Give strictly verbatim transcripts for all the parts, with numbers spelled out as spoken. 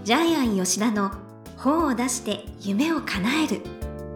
ジャイアン吉田の本を出して夢を叶える。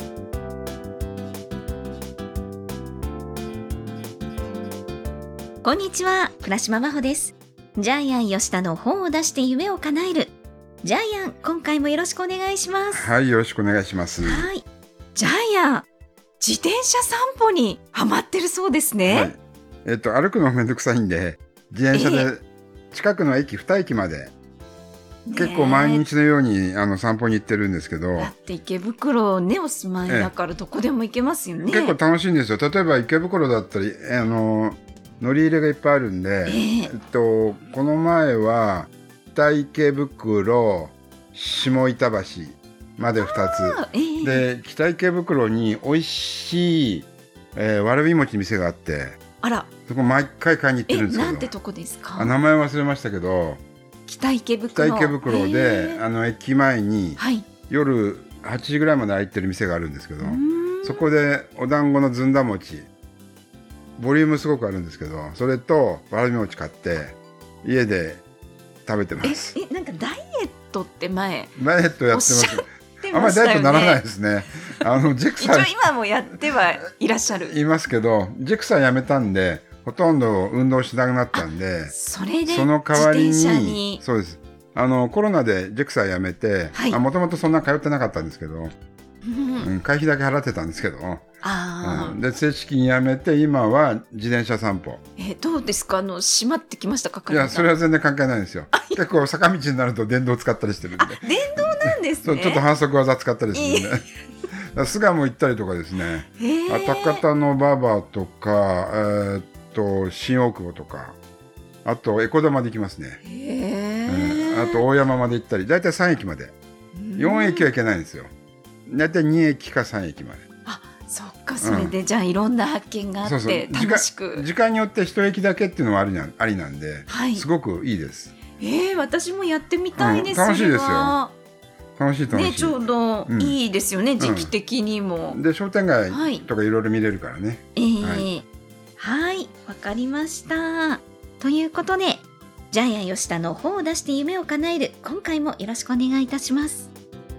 こんにちは、倉島真帆です。ジャイアン吉田の本を出して夢を叶える。ジャイアン、今回もよろしくお願いします。 はい、よろしくお願いします。 はい、ジャイアン、自転車散歩にハマってるそうですね。 はい、えっと歩くのめんどくさいんで、自転車で近くの駅に駅まで、えー、結構毎日のようにあの散歩に行ってるんですけど、 だって池袋ねお住まいだからどこでも行けますよね。 結構楽しいんですよ。例えば池袋だったりあの乗り入れがいっぱいあるんで、えーえっと、この前は北池袋、下板橋までふたつ、えー、で北池袋に美味しい、えー、わらび餅店があって、 あら、 そこ毎回買いに行ってるんですけど、 なんてとこですか？ あ、名前忘れましたけど、 北池袋、 北池袋であの駅前に、はい、夜はちじぐらいまで開いてる店があるんですけど、そこでお団子のずんだ餅、ボリュームすごくあるんですけど、それとわらび餅買って家で食べてます。 ええ、なんかダイエットって前ダイエットやってます。あんまりダイエットならないですね。あのジェクサ一応今もやってはいらっしゃる。 いますけど、ジェクサやめたんでほとんど運動しなくなったんで、 それでその代わりに、 自転車にそうです。あのコロナでジェクサやめて、もともとそんな通ってなかったんですけど、うん、会費だけ払ってたんですけど、あ、うん、で正式にやめて今は自転車散歩。 えどうですか？あの閉まってきましたか？ いや、それは全然関係ないんですよ。結構坂道になると電動使ったりしてるんで。 電動なんですね。 そう、ちょっと反則技使ったりするんで、巣鴨行ったりとかですね、高田の馬場とか、えー、っと新大久保とか、あと江古田まで行きますね。へ、うん、あと大山まで行ったり、だいたいさん駅まで、よん駅は行けないんですよ。だいたいに駅かさん駅まで。 あ、そっか、それで、うん、じゃあいろんな発見があって、そうそう、楽しく 時, 時間によって一駅だけっていうのはあり な, ありなんで、はい、すごくいいです。 えー、私もやってみたいです、 うん、楽しいですよ。楽しい楽しい、 ね、ちょうどいいですよね、うん、時期的にも。 で商店街とかいろいろ見れるからね。 はい、はい、はい、わかりました。ということで、ジャイアン吉田の本を出して夢を叶える、今回もよろしくお願いいたします。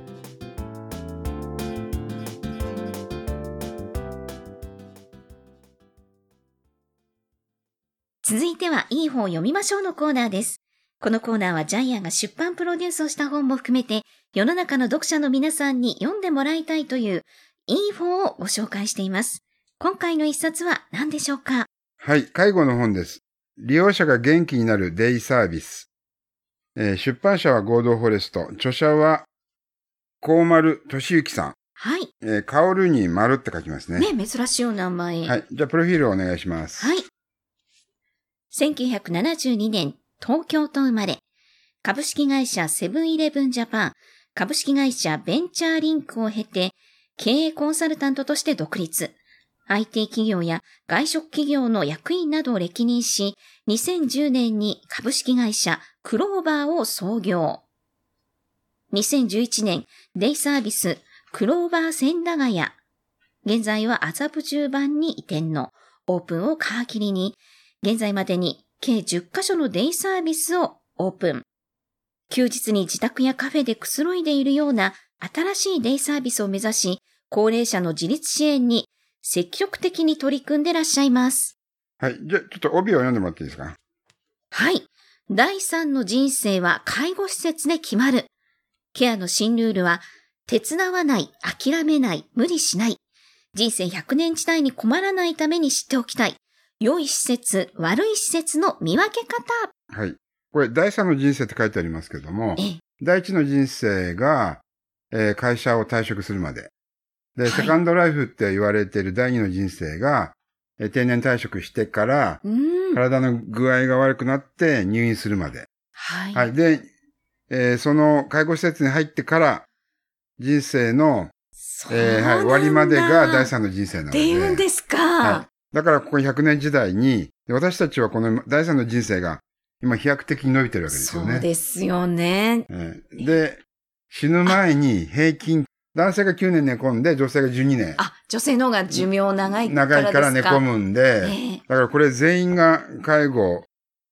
続いてはいい本を読みましょうのコーナーです。このコーナーはジャイアンが出版プロデュースをした本も含めて、世の中の読者の皆さんに読んでもらいたいといういい本をご紹介しています。今回の一冊は何でしょうか？ はい、介護の本です。利用者が元気になるデイサービス。えー、出版社は合同フォレスト。著者は高丸俊之さん。 はい。 えー、カオルに丸って書きますね。 ね、珍しいお名前。 はい。じゃあ、プロフィールをお願いします。 はい。せんきゅうひゃくななじゅうにねん、東京と生まれ、株式会社セブンイレブンジャパン、株式会社ベンチャーリンクを経て、経営コンサルタントとして独立。アイティー 企業や外食企業の役員などを歴任し、にせんじゅうねんに株式会社クローバーを創業。にせんじゅういちねん、デイサービスクローバー千駄ヶ谷。現在は麻布十番に移転のオープンを皮切りに、現在までに計じゅっかしょのデイサービスをオープン。休日に自宅やカフェでくつろいでいるような新しいデイサービスを目指し、高齢者の自立支援に積極的に取り組んでらっしゃいます。 はい。じゃあ、ちょっと帯を読んでもらっていいですか？ はい。だいさんの人生は介護施設で決まる。ケアの新ルールは、手伝わない、諦めない、無理しない。人生ひゃくねん時代に困らないために知っておきたい。良い施設、悪い施設の見分け方。 はい。これ、だいさんの人生って書いてありますけども、だいいちの人生が、えー、会社を退職するまで。で、はい、セカンドライフって言われているだいにの人生が、えー、定年退職してから、体の具合が悪くなって入院するまで。はい。はい。で、えー、その介護施設に入ってから、人生の、えー、はい、終わりまでがだいさんの人生なので。 っていうんですか。 はい。だからここひゃくねん時代に、私たちはこのだいさんの人生が今飛躍的に伸びてるわけですよね。 そうですよね。 えー、で、死ぬ前に平均、男性がきゅうねん寝込んで、女性がじゅうにねん。 あ、女性の方が寿命長いからですか？ 長いから寝込むんで、えー、だからこれ全員が介護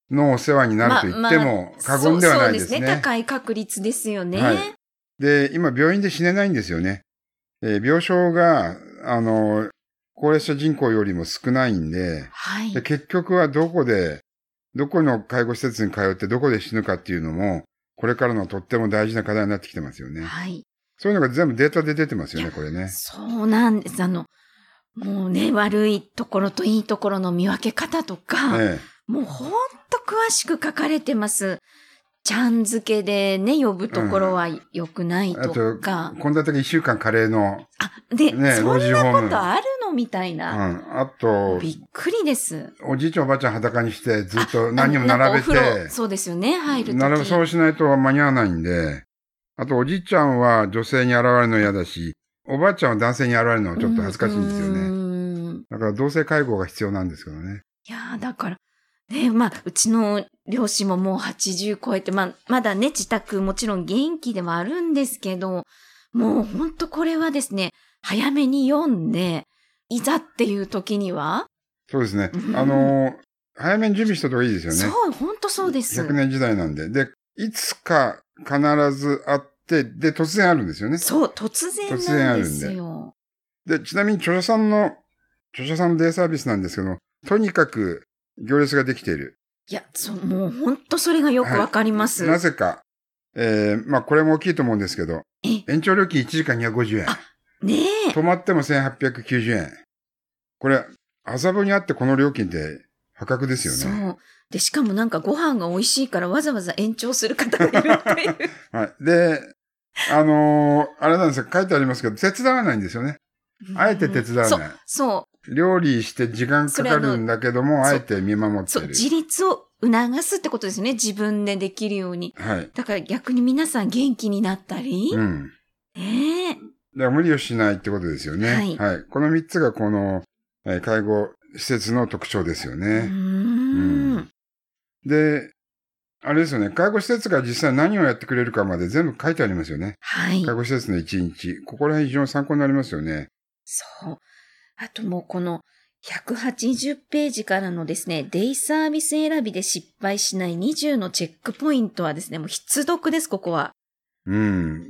のお世話になると言っても過言ではないですね。 まあまあ、そう、そうですね。高い確率ですよね。 はい。で、今病院で死ねないんですよね。えー、病床が、あの、高齢者人口よりも少ないんで、 はい。 で結局はどこで、どこの介護施設に通ってどこで死ぬかっていうのも、これからのとっても大事な課題になってきてますよね。 はい。 そういうのが全部データで出てますよね、これね。 そうなんです。あの、もうね、悪いところといいところの見分け方とか、ええ、もうほんと詳しく書かれてます。ちゃん付けでね、呼ぶところは良くないとか。 うん、あと、献立が一週間カレーの。 あ、で、ね、そんなことあるのみたいな。 うん。あと、 びっくりです。 おじいちゃんおばあちゃん裸にしてずっと何人も並べて。 そうですよね、入るとき。 並べ、そうしないと間に合わないんで。あと、おじいちゃんは女性に現れるの嫌だし、おばあちゃんは男性に現れるのはちょっと恥ずかしいんですよね。うんだから同性介護が必要なんですけどね。 いやー、だから、ね、まあ、うちの両親ももうはちじゅう超えて、まあ、まだね、自宅もちろん元気ではあるんですけど、もうほんとこれはですね、早めに読んで、いざっていう時には。 そうですね。うん、あのー、早めに準備した方がいいですよね。 そう、ほんとそうです。 ひゃくねん時代なんで。で、いつか必ずあって、で、突然あるんですよね。 そう、突然なんですよ。 で、ちなみに著者さんの、著者さんのデイサービスなんですけど、とにかく行列ができている。 いや、そう、もう本当それがよくわかります。 はい、なぜか。えー、まあこれも大きいと思うんですけど、延長料金いちじかんにひゃくごじゅうえん。 あ、ねえ。 泊まってもせんはっぴゃくきゅうじゅうえん。これ、麻布にあってこの料金って破格ですよね。 そう。で、しかもなんかご飯が美味しいからわざわざ延長する方がいるっていう。 はい。で、あのー、あれなんですよ、書いてありますけど、手伝わないんですよね。あえて手伝わない。 そう、そう。 料理して時間かかるんだけども、あえて見守ってる。 そう、自立を促すってことですね。自分でできるように。 はい。 だから逆に皆さん元気になったり。 うん。 ええー。 だから無理をしないってことですよね。はい。はい。この三つがこの、えー、介護施設の特徴ですよね。うーん。うん。で、あれですよね。介護施設が実際何をやってくれるかまで全部書いてありますよね。 はい。 介護施設の一日。ここら辺非常に参考になりますよね。 そう。あともうこのひゃくはちじゅうページからのですね、デイサービス選びで失敗しないにじゅうのチェックポイントはですね、もう必読です、ここは。 うん。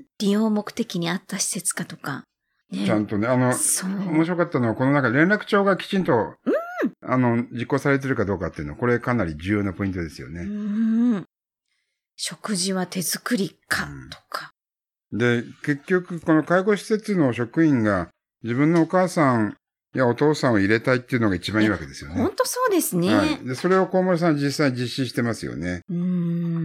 利用目的に合った施設かとか。 ね、ちゃんとね、あの、面白かったのは、この中で連絡帳がきちんと、うん、あの、実行されてるかどうかっていうのは、これかなり重要なポイントですよね。うん。 食事は手作りか、とか。 で、結局、この介護施設の職員が、自分のお母さんやお父さんを入れたいっていうのが一番いいわけですよね。 本当そうですね。 はい。で、それを小森さん実際実施してますよね。うん。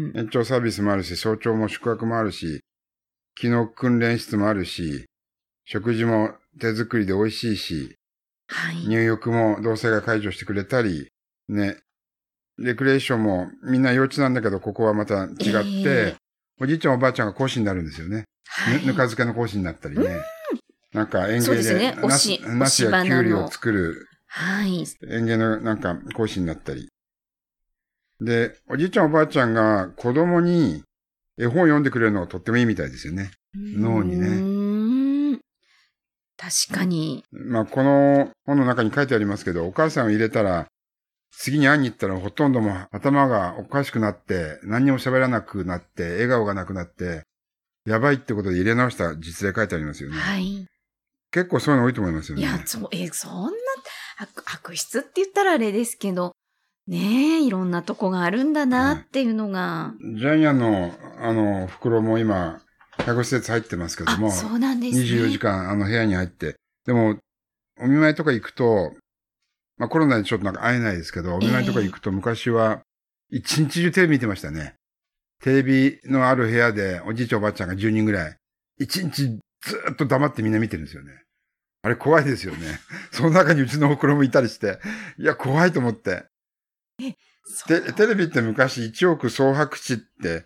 延長サービスもあるし、早朝も宿泊もあるし、機能訓練室もあるし、食事も手作りで美味しいし、はい。入浴も同性が介助してくれたり、ね。レクレーションもみんな幼稚なんだけど、ここはまた違って、えー、おじいちゃんおばあちゃんが講師になるんですよね。はい。ぬか漬けの講師になったりね。なんか園芸で、ね、ナスナスやキュウリを作る。はい。園芸のなんか講師になったり。で、おじいちゃんおばあちゃんが子供に絵本を読んでくれるのがとってもいいみたいですよね。脳にね。 確かに。 まあ、この本の中に書いてありますけど、お母さんを入れたら、次に会いに行ったらほとんどもう頭がおかしくなって、何にも喋らなくなって、笑顔がなくなって、やばいってことで入れ直した実例書いてありますよね。はい。結構そういうの多いと思いますよね。 いや、そう、え、そんな悪、悪質って言ったらあれですけど、ねえ、いろんなとこがあるんだなっていうのが。はい、ジャイアンの、あの、袋も今、介護施設入ってますけども。 そうなんですね。 にじゅうよじかん、あの、部屋に入って。でも、お見舞いとか行くと、まあコロナでちょっとなんか会えないですけど、お見舞いとか行くと昔は、一日中テレビ見てましたね。テレビのある部屋で、おじいちゃんおばあちゃんがじゅうにんぐらい、一日ずーっと黙ってみんな見てるんですよね。あれ怖いですよね。その中にうちのお袋もいたりして、いや、怖いと思って。 え、 テ, テレビって昔いちおく総白地って、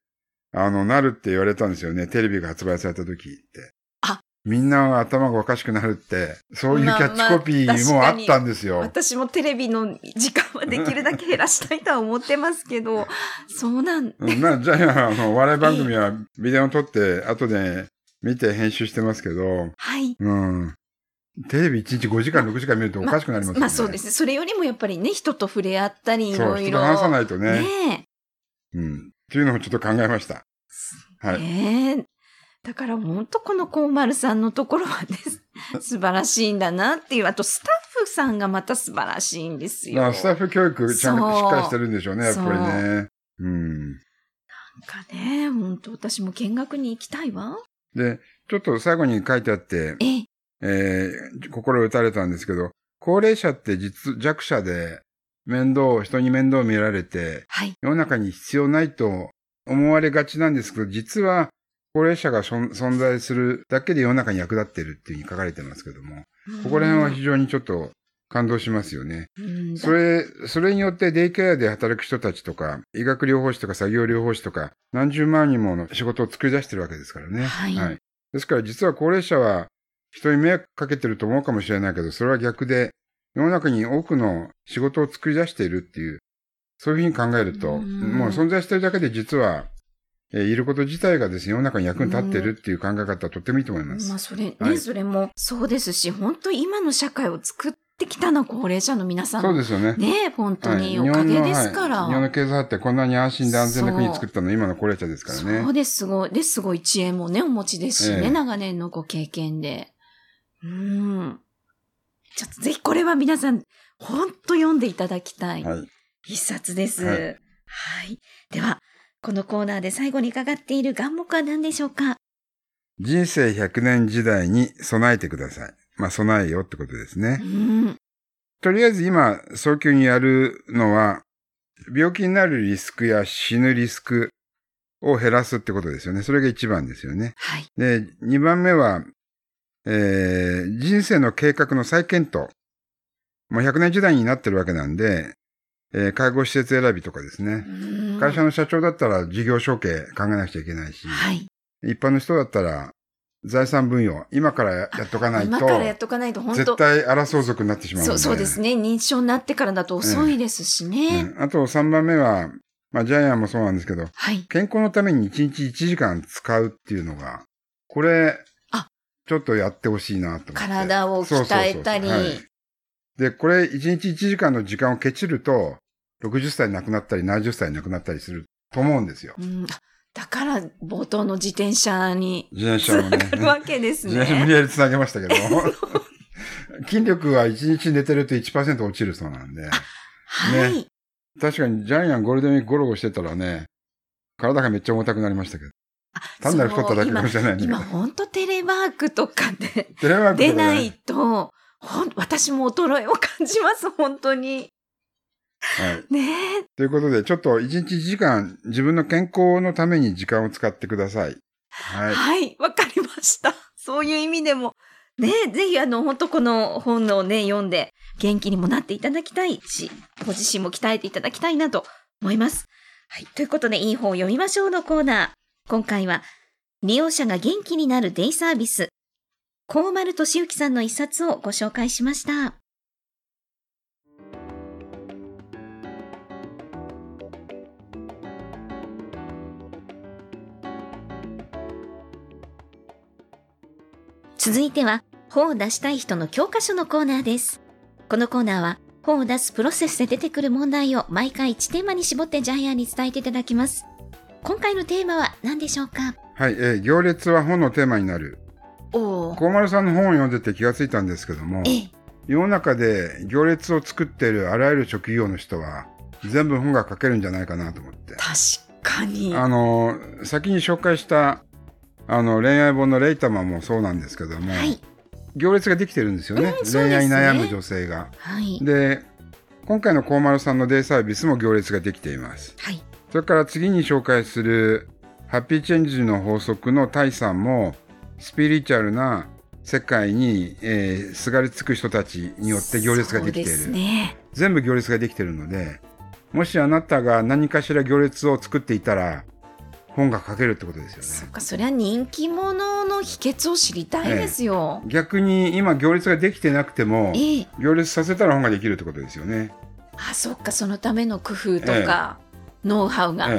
あの、なるって言われたんですよね。テレビが発売された時って。 あ、 みんな頭がおかしくなるって、そういうキャッチコピーもあったんですよ。まあまあ、 私もテレビの時間はできるだけ減らしたいとは思ってますけど、そうなんうん、まあ、じゃあ、あの、笑い番組はビデオを撮って、後で見て編集してますけど、 はい。 うん。 テレビいちにちごじかん、ろくじかん見るとおかしくなりますよね。 まあ、まあそうですね。それよりもやっぱりね、人と触れ合ったり、いそう、 ろいろ。 人と話さないとね。 ねえ。うん。というのをちょっと考えました。はい。 ねえ。だから本当このこうまるさんのところはね、素晴らしいんだなっていう。あとスタッフさんがまた素晴らしいんですよ。 スタッフ教育ちゃんとしっかりしてるんでしょうね、やっぱりね。うん。 なんかね、本当私も見学に行きたいわ。 で、ちょっと最後に書いてあって、 ええー、心打たれたんですけど、高齢者って実弱者で面倒、人に面倒見られて、はい、世の中に必要ないと思われがちなんですけど、実は高齢者が存在するだけで世の中に役立っているっていうふうに書かれてますけども、ここら辺は非常にちょっと感動しますよね。それ、それによってデイケアで働く人たちとか、医学療法士とか作業療法士とか、何十万人もの仕事を作り出してるわけですからね。はい。はい、ですから実は高齢者は人に迷惑かけてると思うかもしれないけど、それは逆で、世の中に多くの仕事を作り出しているっていう、そういうふうに考えると、もう存在しているだけで実は、えー、いること自体がですね、世の中に役に立っているっていう考え方はとってもいいと思います。 まあそれね、はい、それもそうですし、本当に今の社会を作ってきたのは高齢者の皆さんの。 そうですよね。 ね、本当におかげですから。 はい、日本の経済発展こんなに安心で安全な国作ったのは今の高齢者ですからね。 そうです、すごい。で、すごい知恵もね、お持ちですしね、えー、長年のご経験で。うん。ちょっとぜひこれは皆さん、本当読んでいただきたい一冊です。はい。はい、では、このコーナーで最後に伺っている願目は何でしょうか？ 人生ひゃくねん時代に備えてください。まあ、備えよってことですね。うん、とりあえず今、早急にやるのは、病気になるリスクや死ぬリスクを減らすってことですよね。それが一番ですよね。はい。で、二番目は、えー、人生の計画の再検討。もうひゃくねん時代になってるわけなんで、えー、介護施設選びとかですね。会社の社長だったら事業承継考えなくちゃいけないし、はい、一般の人だったら財産分与、今からやっとかないと、 今からやっとかないと本当絶対争う族になってしまうので。 そう、そうですね。認知症になってからだと遅いですしね。 うんうん、あとさんばんめは、まあジャイアンもそうなんですけど、はい、健康のためにいちにちいちじかん使うっていうのが、これ、ちょっとやってほしいなと思って。 体を鍛えたり。 で、これいちにちいちじかんの時間をケチると、ろくじゅっさいに亡くなったり、ななじゅっさいに亡くなったりすると思うんですよ。うん、 だから、冒頭の自転車に自転車もね。 つながるわけですね。 自転車無理やりつなげましたけど。筋力はいちにち寝てると いちパーセント 落ちるそうなんで。 はい、 ね。確かにジャイアンゴールデンウィークゴロゴロしてたらね、体がめっちゃ重たくなりましたけど。単なる太っただけかもしれないんだけど。 今、今ほんとテレワークとかで出ないと、ほん、私も衰えを感じます、本当に。はい。ねえ。 ということで、ちょっと一日いちじかん自分の健康のために時間を使ってください。 はい。はい、わかりました。そういう意味でも。ねえ、ぜひあの、本当この本をね、読んで元気にもなっていただきたいし、ご自身も鍛えていただきたいなと思います。はい。ということで、いい本を読みましょうのコーナー。今回は、利用者が元気になるデイサービス。高丸俊之さんの一冊をご紹介しました。続いては、本を出したい人の教科書のコーナーです。このコーナーは、本を出すプロセスで出てくる問題を毎回いちテーマに絞ってジャイアンに伝えていただきます。今回のテーマは何でしょうか？ はい、えー、行列は本のテーマになる。お高丸さんの本を読んでて気がついたんですけども、え世の中で行列を作っているあらゆる職業の人は全部本が書けるんじゃないかなと思って。 確かに。 あの、先に紹介したあの恋愛本のレイタマもそうなんですけども、はい、行列ができてるんですよね。うん、恋愛に悩む女性が。はい、で、今回の高丸さんのデイサービスも行列ができています。はい、それから次に紹介するハッピーチェンジの法則のタイさんもスピリチュアルな世界に、えー、すがりつく人たちによって行列ができている。そうですね。全部行列ができているので、もしあなたが何かしら行列を作っていたら本が書けるってことですよね。 そうか、それは人気者の秘訣を知りたいですよ。 ええ、逆に今行列ができてなくても、ええ、行列させたら本ができるってことですよね。 あ、そっか、そのための工夫とか、ええ、ノウハウが、ええ、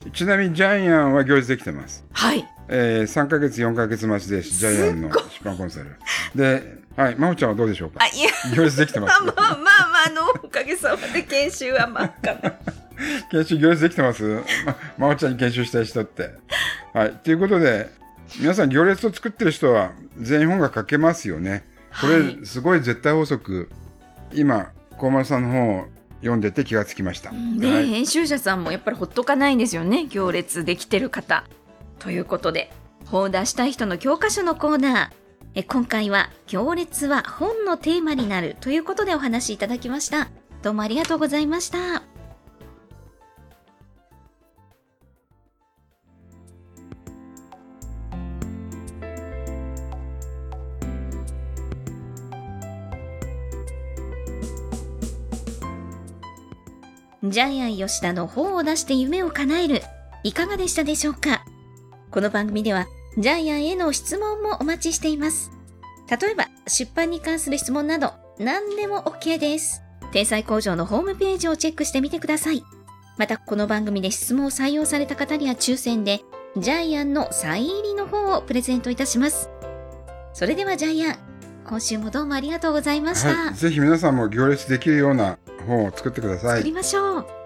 ちなみにジャイアンは行列できてます。 はい。 えー、さんかげつ、よんかげつ待ちです。ジャイアンの出版コンサル。で、はい、真帆ちゃんはどうでしょうか。 あ、いや、 行列できてます。 まあまあまあ、まあ、あの、おかげさまで研修は真っ赤な。 研修行列できてます。ま、真帆ちゃんに研修したい人って。はい。ということで、皆さん行列を作ってる人は全員本が書けますよね。これ、はい、すごい絶対法則。今、高丸さんの本を読んでて気がつきました。 で、はい、編集者さんもやっぱりほっとかないんですよね。行列できてる方。ということで、本を出したい人の教科書のコーナー。え今回は行列は本のテーマになるということでお話しいただきました。どうもありがとうございました。ジャイアン吉田の本を出して夢を叶える、いかがでしたでしょうか。この番組ではジャイアンへの質問もお待ちしています。例えば出版に関する質問など何でも OK です。天才工場のホームページをチェックしてみてください。またこの番組で質問を採用された方には抽選でジャイアンのサイン入りの本をプレゼントいたします。それではジャイアン、今週もどうもありがとうございました。 はい、ぜひ皆さんも行列できるような本を作ってください。 作りましょう。